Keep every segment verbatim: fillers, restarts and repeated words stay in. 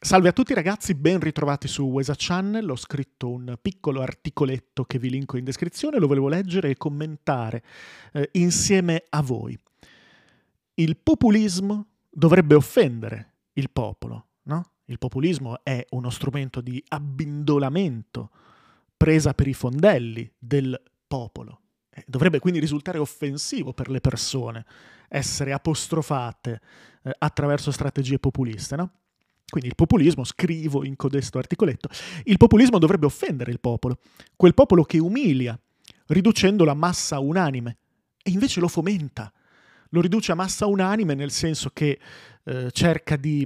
Salve a tutti ragazzi, ben ritrovati su Wesa Channel. Ho scritto un piccolo articoletto che vi linko in descrizione, lo volevo leggere e commentare eh, insieme a voi. Il populismo dovrebbe offendere il popolo, no? Il populismo è uno strumento di abbindolamento, presa per i fondelli del popolo. Eh, dovrebbe quindi risultare offensivo per le persone essere apostrofate eh, attraverso strategie populiste, no? Quindi il populismo, scrivo in codesto articoletto, il populismo dovrebbe offendere il popolo, quel popolo che umilia, riducendolo a massa unanime, e invece lo fomenta. Lo riduce a massa unanime nel senso che eh, cerca di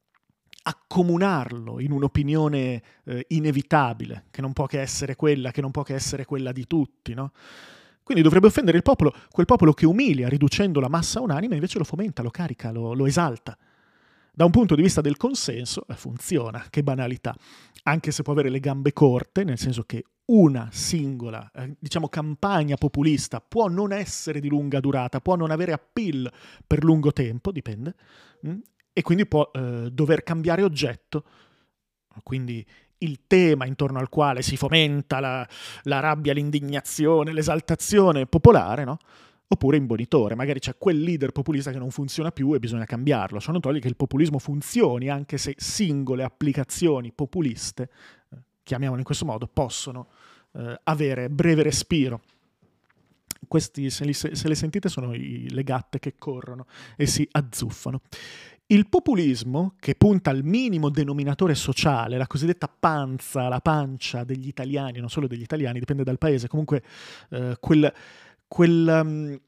accomunarlo in un'opinione eh, inevitabile, che non può che essere quella, che non può che essere quella di tutti, no? Quindi dovrebbe offendere il popolo, quel popolo che umilia, riducendo la massa unanime, invece lo fomenta, lo carica, lo, lo esalta. Da un punto di vista del consenso eh, funziona, che banalità, anche se può avere le gambe corte, nel senso che una singola, eh, diciamo, campagna populista può non essere di lunga durata, può non avere appeal per lungo tempo, dipende, mh? E quindi può eh, dover cambiare oggetto. Quindi il tema intorno al quale si fomenta la, la rabbia, l'indignazione, l'esaltazione popolare, no? Oppure imbonitore, magari c'è quel leader populista che non funziona più e bisogna cambiarlo. Ciò non toglie che il populismo funzioni, anche se singole applicazioni populiste, eh, chiamiamolo in questo modo, possono eh, avere breve respiro. Questi, se, li, se le sentite, sono i, le gatte che corrono e si azzuffano. Il populismo, che punta al minimo denominatore sociale, la cosiddetta panza, la pancia degli italiani, non solo degli italiani, dipende dal paese, comunque eh, quel... Quel, um,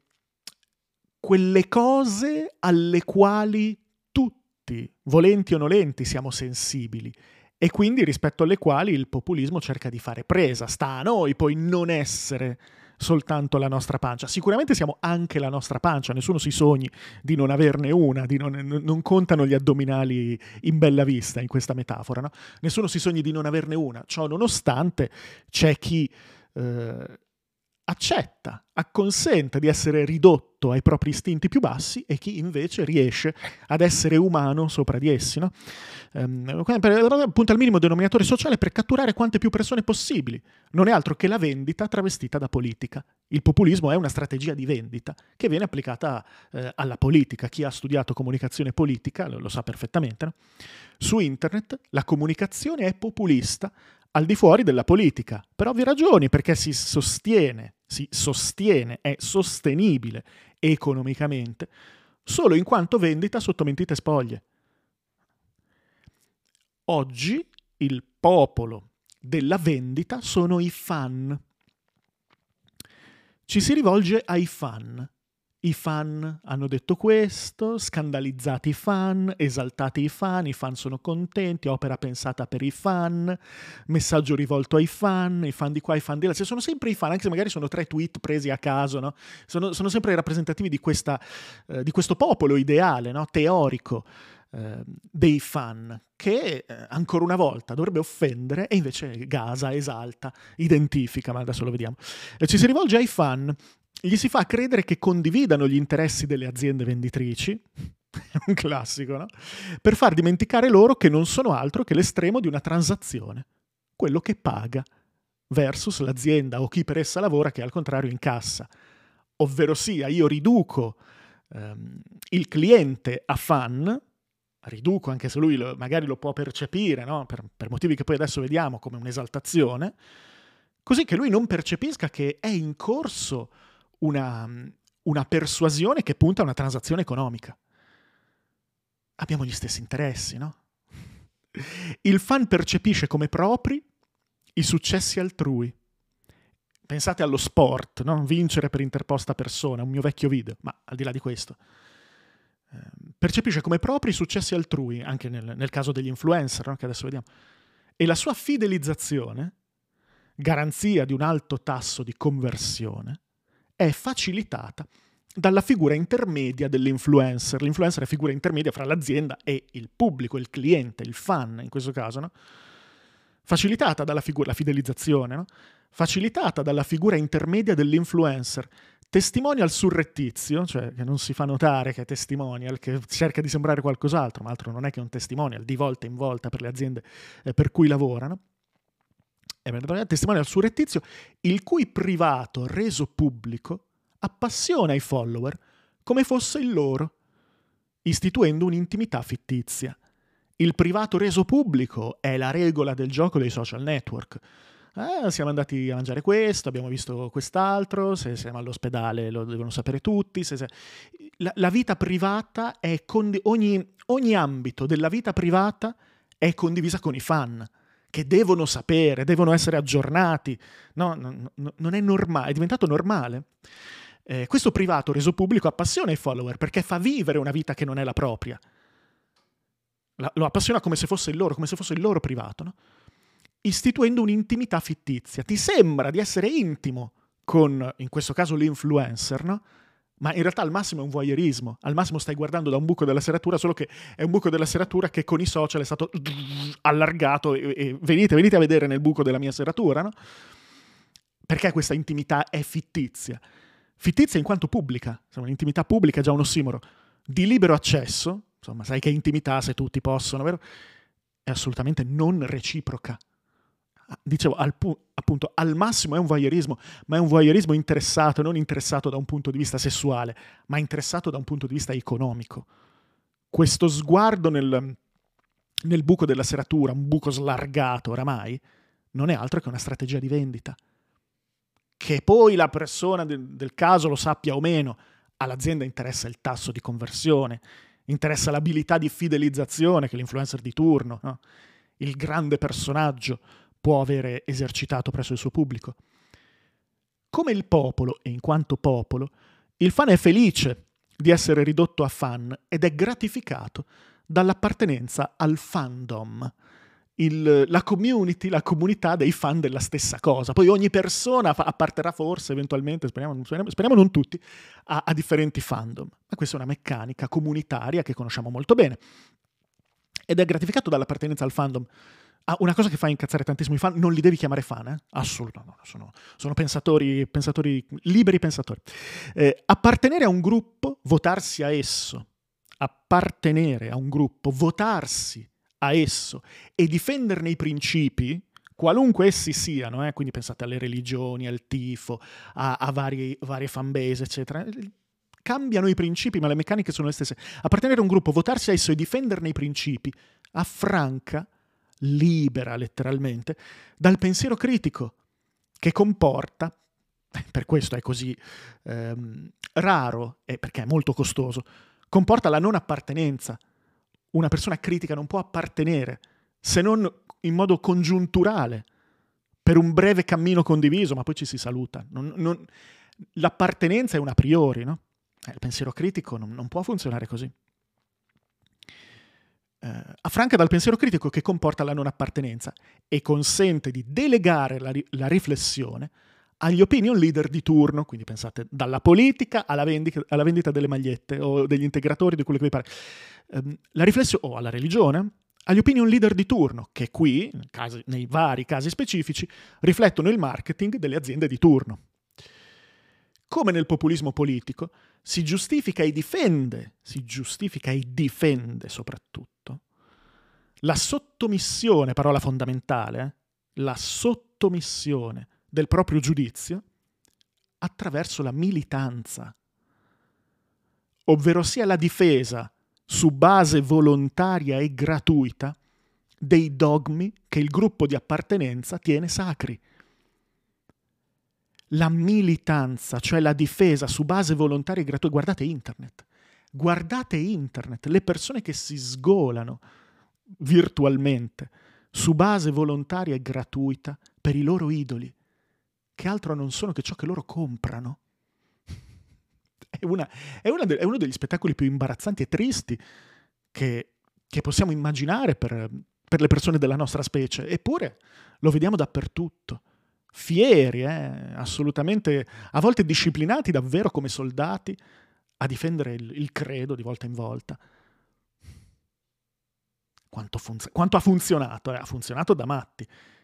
quelle cose alle quali tutti, volenti o nolenti, siamo sensibili e quindi rispetto alle quali il populismo cerca di fare presa. Sta a noi poi non essere soltanto la nostra pancia. Sicuramente siamo anche la nostra pancia, nessuno si sogni di non averne una, di non, non contano gli addominali in bella vista in questa metafora, no? Nessuno si sogni di non averne una. Ciò nonostante c'è chi... Eh, accetta, acconsente di essere ridotto ai propri istinti più bassi e chi invece riesce ad essere umano sopra di essi, no? Um, punta al minimo denominatore sociale per catturare quante più persone possibili. Non è altro che la vendita travestita da politica. Il populismo è una strategia di vendita che viene applicata eh, alla politica. Chi ha studiato comunicazione politica lo, lo sa perfettamente, no? Su internet la comunicazione è populista al di fuori della politica, per ovvie ragioni, perché si sostiene, si sostiene, è sostenibile economicamente solo in quanto vendita sotto mentite spoglie. Oggi il popolo della vendita sono i fan. Ci si rivolge ai fan. I fan hanno detto questo, scandalizzati i fan, esaltati i fan, i fan sono contenti, opera pensata per i fan, messaggio rivolto ai fan, i fan di qua, i fan di là. Cioè, sono sempre i fan, anche se magari sono tre tweet presi a caso, no? Sono, sono sempre rappresentativi di, questa, eh, di questo popolo ideale, no? Teorico eh, dei fan, che eh, ancora una volta dovrebbe offendere e invece gasa, esalta, identifica, ma adesso lo vediamo. E ci si rivolge ai fan. Gli si fa credere che condividano gli interessi delle aziende venditrici, è un classico, no? Per far dimenticare loro che non sono altro che l'estremo di una transazione, quello che paga, versus l'azienda o chi per essa lavora che al contrario incassa. Ovvero sia, io riduco ehm, il cliente a fan, riduco anche se lui lo, magari lo può percepire, no? per, per motivi che poi adesso vediamo come un'esaltazione, così che lui non percepisca che è in corso Una, una persuasione che punta a una transazione economica. Abbiamo gli stessi interessi, no? Il fan percepisce come propri i successi altrui. Pensate allo sport, no? Vincere per interposta persona, un mio vecchio video, ma al di là di questo. Eh, percepisce come propri i successi altrui, anche nel, nel caso degli influencer, no? Che adesso vediamo. E la sua fidelizzazione, garanzia di un alto tasso di conversione, è facilitata dalla figura intermedia dell'influencer. L'influencer è figura intermedia fra l'azienda e il pubblico, il cliente, il fan in questo caso, no? Facilitata dalla figura, la fidelizzazione, no? Facilitata dalla figura intermedia dell'influencer, testimonial surrettizio, cioè che non si fa notare che è testimonial, che cerca di sembrare qualcos'altro, ma altro non è che un testimonial di volta in volta per le aziende eh, per cui lavorano. È testimonial surrettizio il cui privato reso pubblico appassiona i follower come fosse il loro, istituendo un'intimità fittizia. Il privato reso pubblico è la regola del gioco dei social network. Eh, siamo andati a mangiare questo, abbiamo visto quest'altro, se siamo all'ospedale lo devono sapere tutti. Se, se... La, la vita privata è condi- ogni, ogni ambito della vita privata è condivisa con i fan, che devono sapere, devono essere aggiornati. No, no, no, non è normale, è diventato normale. Eh, questo privato reso pubblico appassiona i follower perché fa vivere una vita che non è la propria. La, lo appassiona come se fosse il loro, come se fosse il loro privato, no? Istituendo un'intimità fittizia. Ti sembra di essere intimo con, in questo caso, l'influencer, no? Ma in realtà al massimo è un voyeurismo, al massimo stai guardando da un buco della serratura, solo che è un buco della serratura che con i social è stato allargato e, e venite, venite a vedere nel buco della mia serratura, no? Perché questa intimità è fittizia? Fittizia in quanto pubblica, insomma, l'intimità pubblica è già un ossimoro, di libero accesso, insomma, sai che intimità se tutti possono, vero? È assolutamente non reciproca. Dicevo, al pu- appunto, al massimo è un voyeurismo, ma è un voyeurismo interessato, non interessato da un punto di vista sessuale, ma interessato da un punto di vista economico. Questo sguardo nel, nel buco della serratura, un buco slargato oramai, non è altro che una strategia di vendita. Che poi la persona del, del caso lo sappia o meno, all'azienda interessa il tasso di conversione, interessa l'abilità di fidelizzazione che l'influencer di turno, no? Il grande personaggio può avere esercitato presso il suo pubblico. Come il popolo, e in quanto popolo, il fan è felice di essere ridotto a fan ed è gratificato dall'appartenenza al fandom, il, la community, la comunità dei fan della stessa cosa. Poi ogni persona fa, apparterrà forse, eventualmente, speriamo, speriamo, speriamo non tutti, a, a differenti fandom. Ma questa è una meccanica comunitaria che conosciamo molto bene. Ed è gratificato dall'appartenenza al fandom. Ah, una cosa che fa incazzare tantissimo i fan, non li devi chiamare fan, eh? Assolutamente, no, sono, sono pensatori, pensatori, liberi pensatori. Eh, appartenere a un gruppo, votarsi a esso, appartenere a un gruppo, votarsi a esso e difenderne i principi, qualunque essi siano, eh? Quindi pensate alle religioni, al tifo, a, a varie, varie fanbase, eccetera. Cambiano i principi, ma le meccaniche sono le stesse. Appartenere a un gruppo, votarsi a esso e difenderne i principi, affranca, libera letteralmente, dal pensiero critico, che comporta, per questo è così ehm, raro e perché è molto costoso, comporta la non appartenenza. Una persona critica non può appartenere, se non in modo congiunturale, per un breve cammino condiviso, ma poi ci si saluta. Non, non, l'appartenenza è un a priori, no? Eh, il pensiero critico non, non può funzionare così. Uh, affranca dal pensiero critico che comporta la non appartenenza e consente di delegare la, ri- la riflessione agli opinion leader di turno, quindi pensate dalla politica alla, vendica, alla vendita delle magliette o degli integratori, di quello che vi pare, um, la riflessione o alla religione, agli opinion leader di turno, che qui, nei, casi, nei vari casi specifici, riflettono il marketing delle aziende di turno. Come nel populismo politico, si giustifica e difende, si giustifica e difende soprattutto, la sottomissione, parola fondamentale, eh? la sottomissione del proprio giudizio attraverso la militanza, ovvero sia la difesa su base volontaria e gratuita dei dogmi che il gruppo di appartenenza tiene sacri. La militanza, cioè la difesa su base volontaria e gratuita, guardate internet, guardate internet, le persone che si sgolano virtualmente su base volontaria e gratuita per i loro idoli, che altro non sono che ciò che loro comprano. È, una, è, una de, è uno degli spettacoli più imbarazzanti e tristi che, che possiamo immaginare per, per le persone della nostra specie, eppure lo vediamo dappertutto. Fieri, eh, assolutamente, a volte disciplinati davvero come soldati a difendere il, il credo di volta in volta. Quanto, funz- quanto ha funzionato? Eh? Ha funzionato da matti.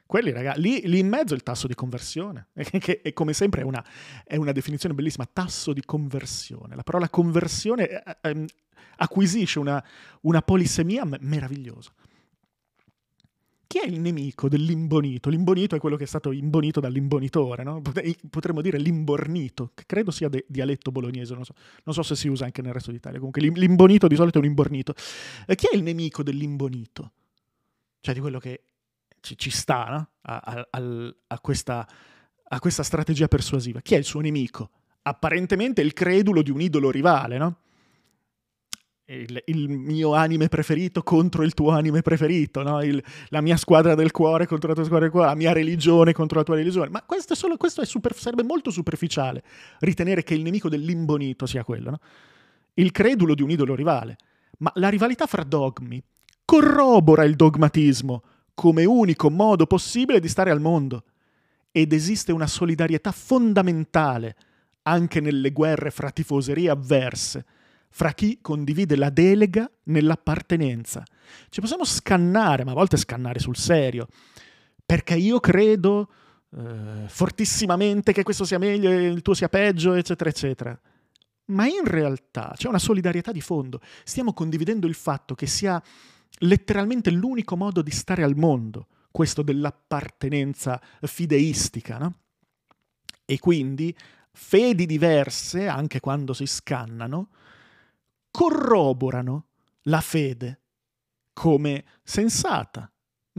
Quelli, ragazzi, lì, lì in mezzo è il tasso di conversione, che è, come sempre è una, è una definizione bellissima, tasso di conversione. La parola conversione eh, eh, acquisisce una, una polisemia meravigliosa. Chi è il nemico dell'imbonito? L'imbonito è quello che è stato imbonito dall'imbonitore, no? Potremmo dire l'imbornito, che credo sia de- dialetto bolognese, non so, non so se si usa anche nel resto d'Italia. Comunque l'imbonito di solito è un imbornito. Eh, chi è il nemico dell'imbonito? Cioè di quello che ci, ci sta, no? a, a, a, a, questa, a questa strategia persuasiva. Chi è il suo nemico? Apparentemente il credulo di un idolo rivale, no? Il, il mio anime preferito contro il tuo anime preferito, no? il, la mia squadra del cuore contro la tua squadra del cuore, la mia religione contro la tua religione. Ma questo, è solo, questo è super, sarebbe molto superficiale ritenere che il nemico dell'imbonito sia quello, no? Il credulo di un idolo rivale. Ma la rivalità fra dogmi corrobora il dogmatismo come unico modo possibile di stare al mondo. Ed esiste una solidarietà fondamentale anche nelle guerre fra tifoserie avverse, fra chi condivide la delega nell'appartenenza. Ci possiamo scannare, ma a volte scannare sul serio, perché io credo eh, fortissimamente che questo sia meglio e il tuo sia peggio, eccetera, eccetera. Ma in realtà c'è una solidarietà di fondo. Stiamo condividendo il fatto che sia letteralmente l'unico modo di stare al mondo, questo dell'appartenenza fideistica, no? E quindi fedi diverse, anche quando si scannano, corroborano la fede come sensata.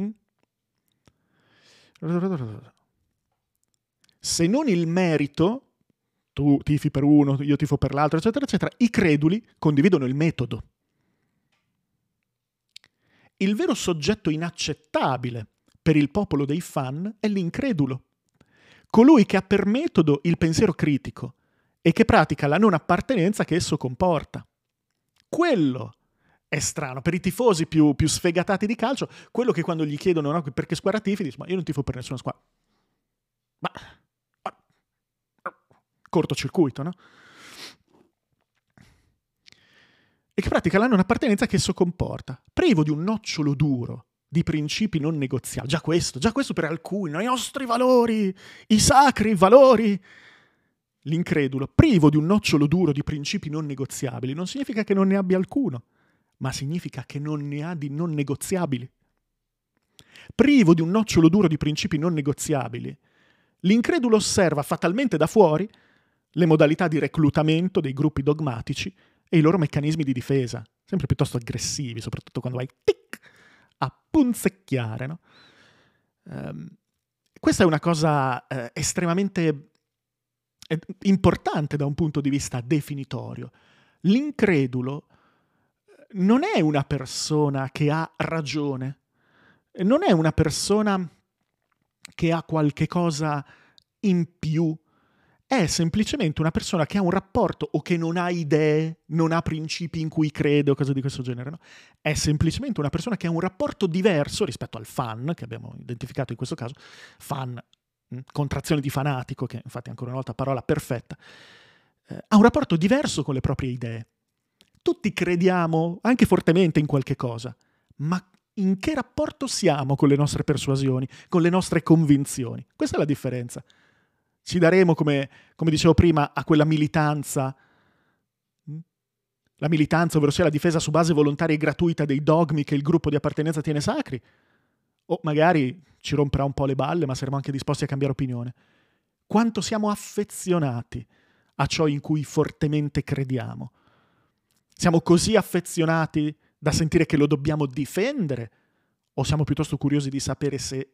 Se non il merito, tu tifi per uno, io tifo per l'altro, eccetera, eccetera, i creduli condividono il metodo. Il vero soggetto inaccettabile per il popolo dei fan è l'incredulo, colui che ha per metodo il pensiero critico e che pratica la non appartenenza che esso comporta. Quello è strano. Per i tifosi più, più sfegatati di calcio, quello che quando gli chiedono no, perché squadra tifi, dice, ma io non tifo per nessuna squadra. Ma, ma cortocircuito, no? E che pratica la non appartenenza che esso comporta, privo di un nocciolo duro di principi non negoziabili. Già questo, già questo per alcuni, no? I nostri valori, i sacri valori. L'incredulo, privo di un nocciolo duro di principi non negoziabili, non significa che non ne abbia alcuno, ma significa che non ne ha di non negoziabili. Privo di un nocciolo duro di principi non negoziabili, l'incredulo osserva fatalmente da fuori le modalità di reclutamento dei gruppi dogmatici e i loro meccanismi di difesa, sempre piuttosto aggressivi, soprattutto quando vai tic, a punzecchiare. No? Um, questa è una cosa eh, estremamente eh, importante da un punto di vista definitorio. L'incredulo non è una persona che ha ragione, non è una persona che ha qualche cosa in più, è semplicemente una persona che ha un rapporto o che non ha idee, non ha principi in cui crede o cose di questo genere, no? È semplicemente una persona che ha un rapporto diverso rispetto al fan, che abbiamo identificato in questo caso, fan, mh, contrazione di fanatico, che infatti ancora una volta parola perfetta, eh, ha un rapporto diverso con le proprie idee. Tutti crediamo anche fortemente in qualche cosa, ma in che rapporto siamo con le nostre persuasioni, con le nostre convinzioni? Questa è la differenza. Ci daremo, come, come dicevo prima, a quella militanza, la militanza, ovvero sia la difesa su base volontaria e gratuita dei dogmi che il gruppo di appartenenza tiene sacri, o magari ci romperà un po' le balle, ma saremo anche disposti a cambiare opinione. Quanto siamo affezionati a ciò in cui fortemente crediamo? Siamo così affezionati da sentire che lo dobbiamo difendere, o siamo piuttosto curiosi di sapere se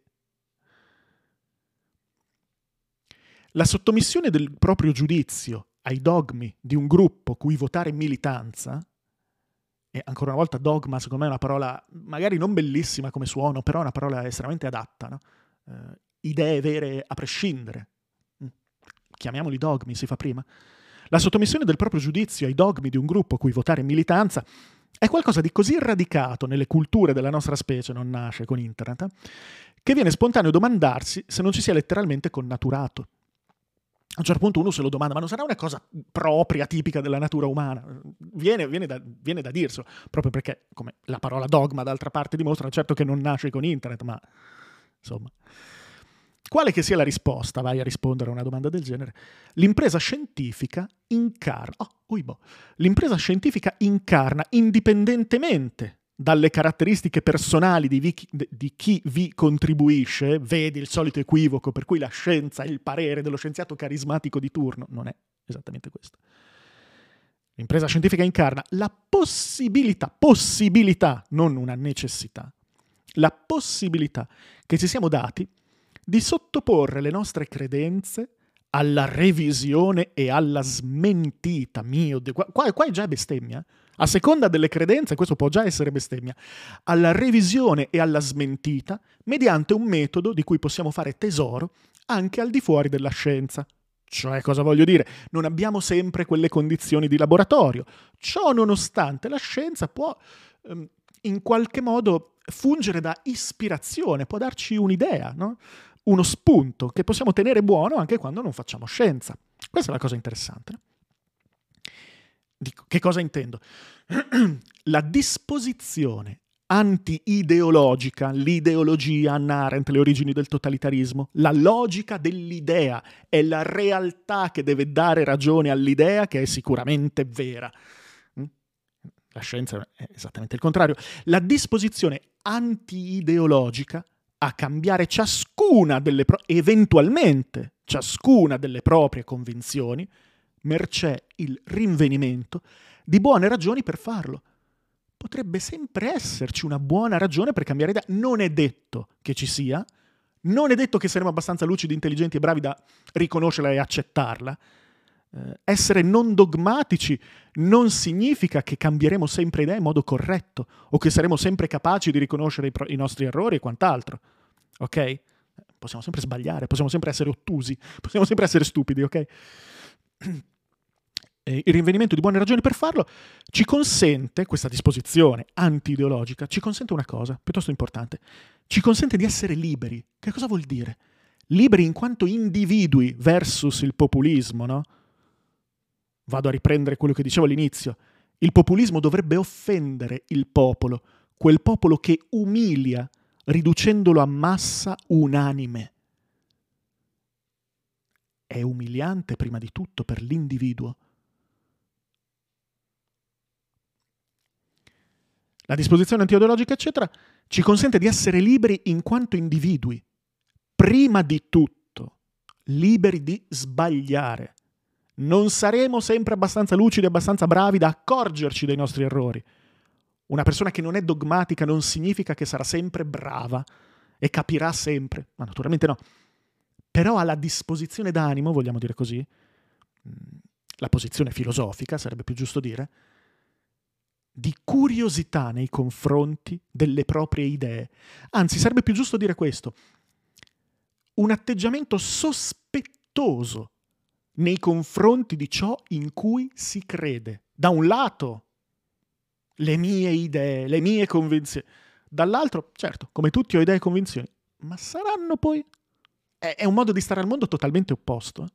la sottomissione del proprio giudizio ai dogmi di un gruppo cui votare militanza, e ancora una volta dogma secondo me è una parola magari non bellissima come suono, però è una parola estremamente adatta, no? uh, idee vere a prescindere, chiamiamoli dogmi, si fa prima. La sottomissione del proprio giudizio ai dogmi di un gruppo cui votare militanza è qualcosa di così radicato nelle culture della nostra specie, non nasce con internet, eh, che viene spontaneo domandarsi se non ci sia letteralmente connaturato. A un certo punto uno se lo domanda, ma non sarà una cosa propria, tipica della natura umana? Viene, viene, da, viene da dirselo, proprio perché, come la parola dogma d'altra parte dimostra, certo che non nasce con internet, ma insomma. Quale che sia la risposta, vai a rispondere a una domanda del genere, l'impresa scientifica incarna, oh, uibo, l'impresa scientifica incarna indipendentemente dalle caratteristiche personali di, vi, di chi vi contribuisce, vedi il solito equivoco per cui la scienza è il parere dello scienziato carismatico di turno, non è esattamente questo. L'impresa scientifica incarna la possibilità, possibilità, non una necessità, la possibilità che ci siamo dati di sottoporre le nostre credenze alla revisione e alla smentita. Mio Dio, qua, qua è già bestemmia. A seconda delle credenze, questo può già essere bestemmia, alla revisione e alla smentita mediante un metodo di cui possiamo fare tesoro anche al di fuori della scienza. Cioè, cosa voglio dire? Non abbiamo sempre quelle condizioni di laboratorio. Ciò nonostante, la scienza può ehm, in qualche modo fungere da ispirazione, può darci un'idea, no? Uno spunto che possiamo tenere buono anche quando non facciamo scienza. Questa è la cosa interessante. Dico, che cosa intendo? La disposizione anti-ideologica, l'ideologia, Hannah Arendt, le origini del totalitarismo, la logica dell'idea è la realtà che deve dare ragione all'idea che è sicuramente vera. La scienza è esattamente il contrario. La disposizione anti-ideologica a cambiare ciascuna delle pro- eventualmente ciascuna delle proprie convinzioni, mercé il rinvenimento di buone ragioni per farlo. Potrebbe sempre esserci una buona ragione per cambiare idea. Non è detto che ci sia, non è detto che saremo abbastanza lucidi, intelligenti e bravi da riconoscerla e accettarla. Eh, essere non dogmatici non significa che cambieremo sempre idea in modo corretto o che saremo sempre capaci di riconoscere i, pro- i nostri errori e quant'altro. Ok? Possiamo sempre sbagliare, possiamo sempre essere ottusi, possiamo sempre essere stupidi, ok? Il rinvenimento di buone ragioni per farlo ci consente, questa disposizione anti-ideologica, ci consente una cosa piuttosto importante, ci consente di essere liberi. Che cosa vuol dire? Liberi in quanto individui versus il populismo, no? Vado a riprendere quello che dicevo all'inizio. Il populismo dovrebbe offendere il popolo, quel popolo che umilia, riducendolo a massa unanime. È umiliante prima di tutto per l'individuo. La disposizione anti-ideologica, eccetera, ci consente di essere liberi in quanto individui. Prima di tutto, liberi di sbagliare. Non saremo sempre abbastanza lucidi, abbastanza bravi da accorgerci dei nostri errori. Una persona che non è dogmatica non significa che sarà sempre brava e capirà sempre. Ma naturalmente no. Però ha la disposizione d'animo, vogliamo dire così, la posizione filosofica, sarebbe più giusto dire, di curiosità nei confronti delle proprie idee. Anzi, sarebbe più giusto dire questo. Un atteggiamento sospettoso nei confronti di ciò in cui si crede. Da un lato, le mie idee, le mie convinzioni. Dall'altro, certo, come tutti ho idee e convinzioni, ma saranno poi... È, è un modo di stare al mondo totalmente opposto.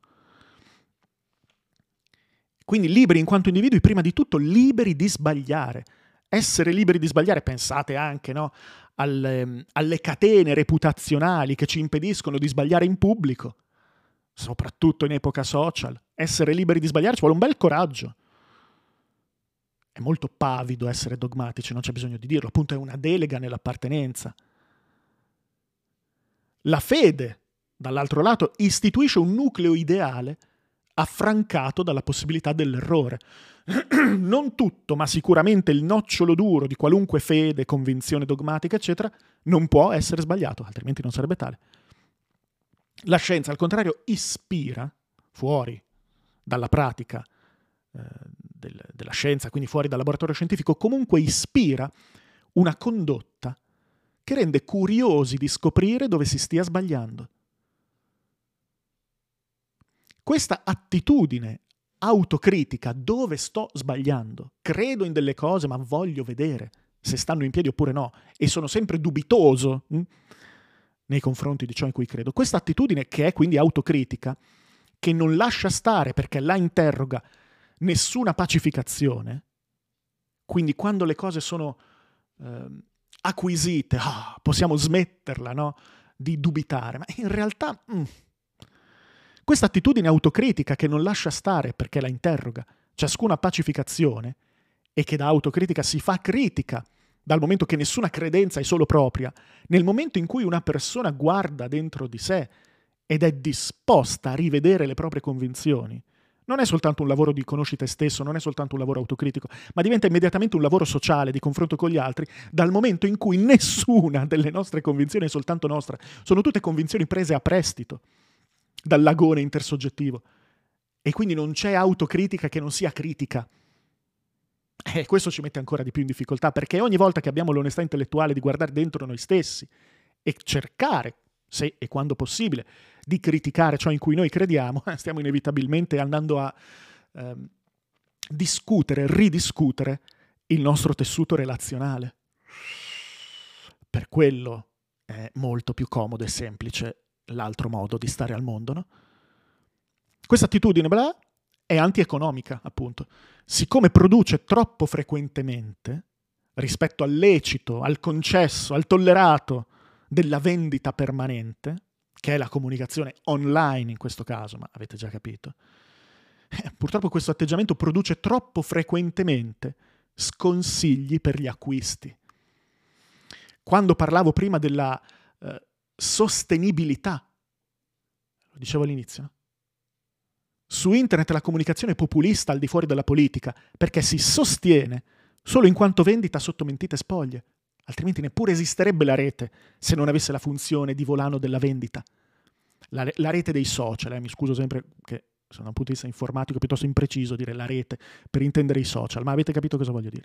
Quindi liberi in quanto individui, prima di tutto liberi di sbagliare. Essere liberi di sbagliare, pensate anche, no, alle, alle catene reputazionali che ci impediscono di sbagliare in pubblico, soprattutto in epoca social. Essere liberi di sbagliare ci vuole un bel coraggio. È molto pavido essere dogmatici, non c'è bisogno di dirlo, appunto è una delega nell'appartenenza. La fede, dall'altro lato, istituisce un nucleo ideale affrancato dalla possibilità dell'errore. Non tutto, ma sicuramente il nocciolo duro di qualunque fede, convinzione dogmatica, eccetera, non può essere sbagliato, altrimenti non sarebbe tale. La scienza, al contrario, ispira, fuori dalla pratica eh, del, della scienza, quindi fuori dal laboratorio scientifico, comunque ispira una condotta che rende curiosi di scoprire dove si stia sbagliando. Questa attitudine autocritica, dove sto sbagliando, credo in delle cose ma voglio vedere se stanno in piedi oppure no e sono sempre dubitoso hm, nei confronti di ciò in cui credo. Questa attitudine, che è quindi autocritica, che non lascia stare perché la interroga nessuna pacificazione, quindi quando le cose sono eh, acquisite, oh, possiamo smetterla, no? di dubitare, ma in realtà mm, questa attitudine autocritica che non lascia stare perché la interroga ciascuna pacificazione e che da autocritica si fa critica dal momento che nessuna credenza è solo propria, nel momento in cui una persona guarda dentro di sé ed è disposta a rivedere le proprie convinzioni, non è soltanto un lavoro di conosci te stesso, non è soltanto un lavoro autocritico, ma diventa immediatamente un lavoro sociale di confronto con gli altri, dal momento in cui nessuna delle nostre convinzioni è soltanto nostra, sono tutte convinzioni prese a prestito dal lagone intersoggettivo. E quindi non c'è autocritica che non sia critica. E questo ci mette ancora di più in difficoltà, perché ogni volta che abbiamo l'onestà intellettuale di guardare dentro noi stessi e cercare, se e quando possibile, di criticare ciò in cui noi crediamo, stiamo inevitabilmente andando a ehm, discutere, ridiscutere il nostro tessuto relazionale. Per quello è molto più comodo e semplice l'altro modo di stare al mondo, no? Questa attitudine bla, è antieconomica, appunto. Siccome produce troppo frequentemente, rispetto al lecito, al concesso, al tollerato della vendita permanente, che è la comunicazione online in questo caso, ma avete già capito, eh, purtroppo questo atteggiamento produce troppo frequentemente sconsigli per gli acquisti. Quando parlavo prima della eh, sostenibilità, lo dicevo all'inizio, no? Su internet la comunicazione è populista al di fuori della politica, perché si sostiene solo in quanto vendita sotto mentite spoglie, altrimenti neppure esisterebbe la rete se non avesse la funzione di volano della vendita. La, la rete dei social, eh, mi scuso sempre che sono da un punto di vista informatico piuttosto impreciso dire la rete per intendere i social, ma avete capito cosa voglio dire.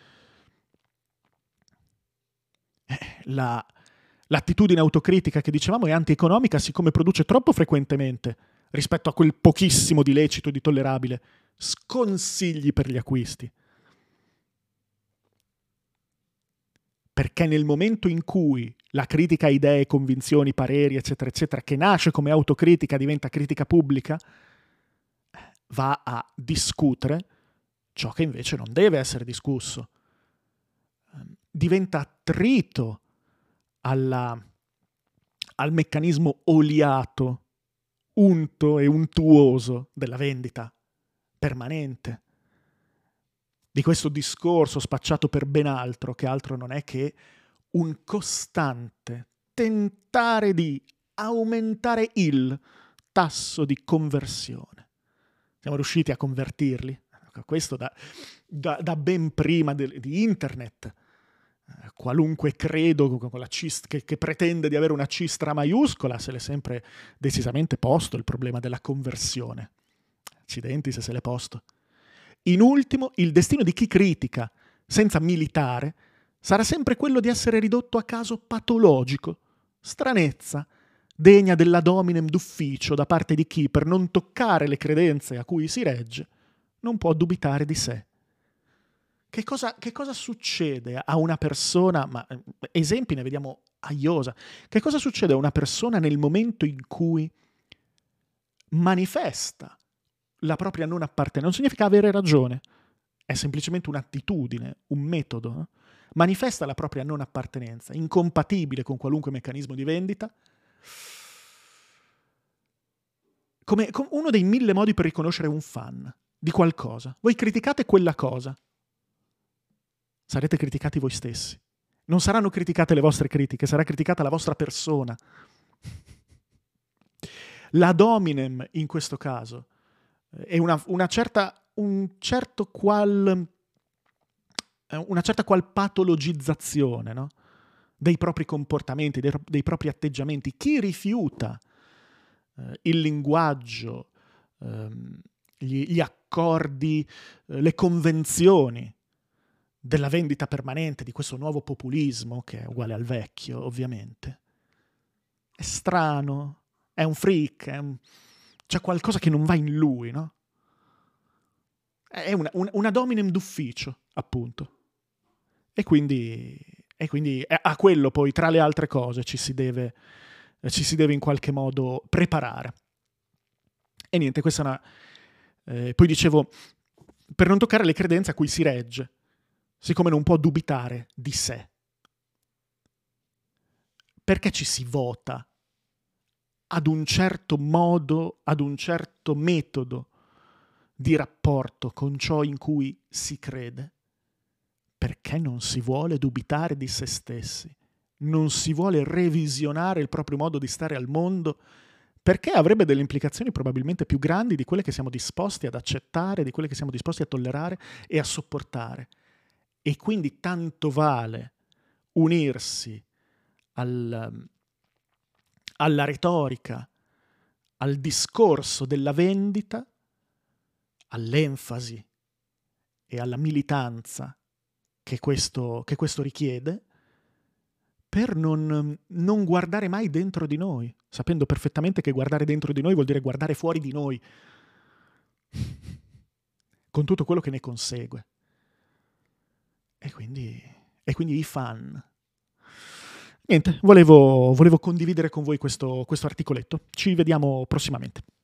La, l'attitudine autocritica che dicevamo è antieconomica siccome produce troppo frequentemente rispetto a quel pochissimo di lecito e di tollerabile sconsigli per gli acquisti. Perché nel momento in cui la critica a idee, convinzioni, pareri, eccetera, eccetera, che nasce come autocritica, diventa critica pubblica, va a discutere ciò che invece non deve essere discusso. Diventa attrito alla, al meccanismo oliato, unto e untuoso della vendita permanente, di questo discorso spacciato per ben altro, che altro non è che un costante tentare di aumentare il tasso di conversione. Siamo riusciti a convertirli, questo da, da, da ben prima de, di internet. Qualunque credo con la C che, che pretende di avere una C stra maiuscola se l'è sempre decisamente posto il problema della conversione. Accidenti se se l'è posto. In ultimo, il destino di chi critica senza militare sarà sempre quello di essere ridotto a caso patologico, stranezza, degna della dominem d'ufficio da parte di chi, per non toccare le credenze a cui si regge, non può dubitare di sé. Che cosa, che cosa succede a una persona, ma esempi ne vediamo a iosa, che cosa succede a una persona nel momento in cui manifesta la propria non appartenenza? Non significa avere ragione, è semplicemente un'attitudine, un metodo, no? Manifesta la propria non appartenenza, incompatibile con qualunque meccanismo di vendita, come, come uno dei mille modi per riconoscere un fan di qualcosa. Voi criticate quella cosa, sarete criticati voi stessi. Non saranno criticate le vostre critiche, sarà criticata la vostra persona. La dominem, in questo caso, è una, una certa, un certo qual, una certa qual patologizzazione, no? Dei propri comportamenti, dei, dei propri atteggiamenti. Chi rifiuta eh, il linguaggio, ehm, gli, gli accordi, eh, le convenzioni della vendita permanente, di questo nuovo populismo, che è uguale al vecchio, ovviamente, è strano, è un freak, è un... c'è qualcosa che non va in lui, no? È una, una, una dominem d'ufficio, appunto. E quindi, e quindi a quello poi, tra le altre cose, ci si deve, ci si deve in qualche modo preparare. E niente, questa è una... Eh, poi dicevo, per non toccare le credenze a cui si regge, siccome non può dubitare di sé. perché ci si vota ad un certo modo, ad un certo metodo di rapporto con ciò in cui si crede? Perché non si vuole dubitare di se stessi, non si vuole revisionare il proprio modo di stare al mondo, perché avrebbe delle implicazioni probabilmente più grandi di quelle che siamo disposti ad accettare, di quelle che siamo disposti a tollerare e a sopportare. E quindi tanto vale unirsi al, alla retorica, al discorso della vendita, all'enfasi e alla militanza che questo, che questo richiede, per non, non guardare mai dentro di noi, sapendo perfettamente che guardare dentro di noi vuol dire guardare fuori di noi, con tutto quello che ne consegue. E quindi, e quindi i fan. Niente, volevo, volevo condividere con voi questo, questo articoletto. Ci vediamo prossimamente.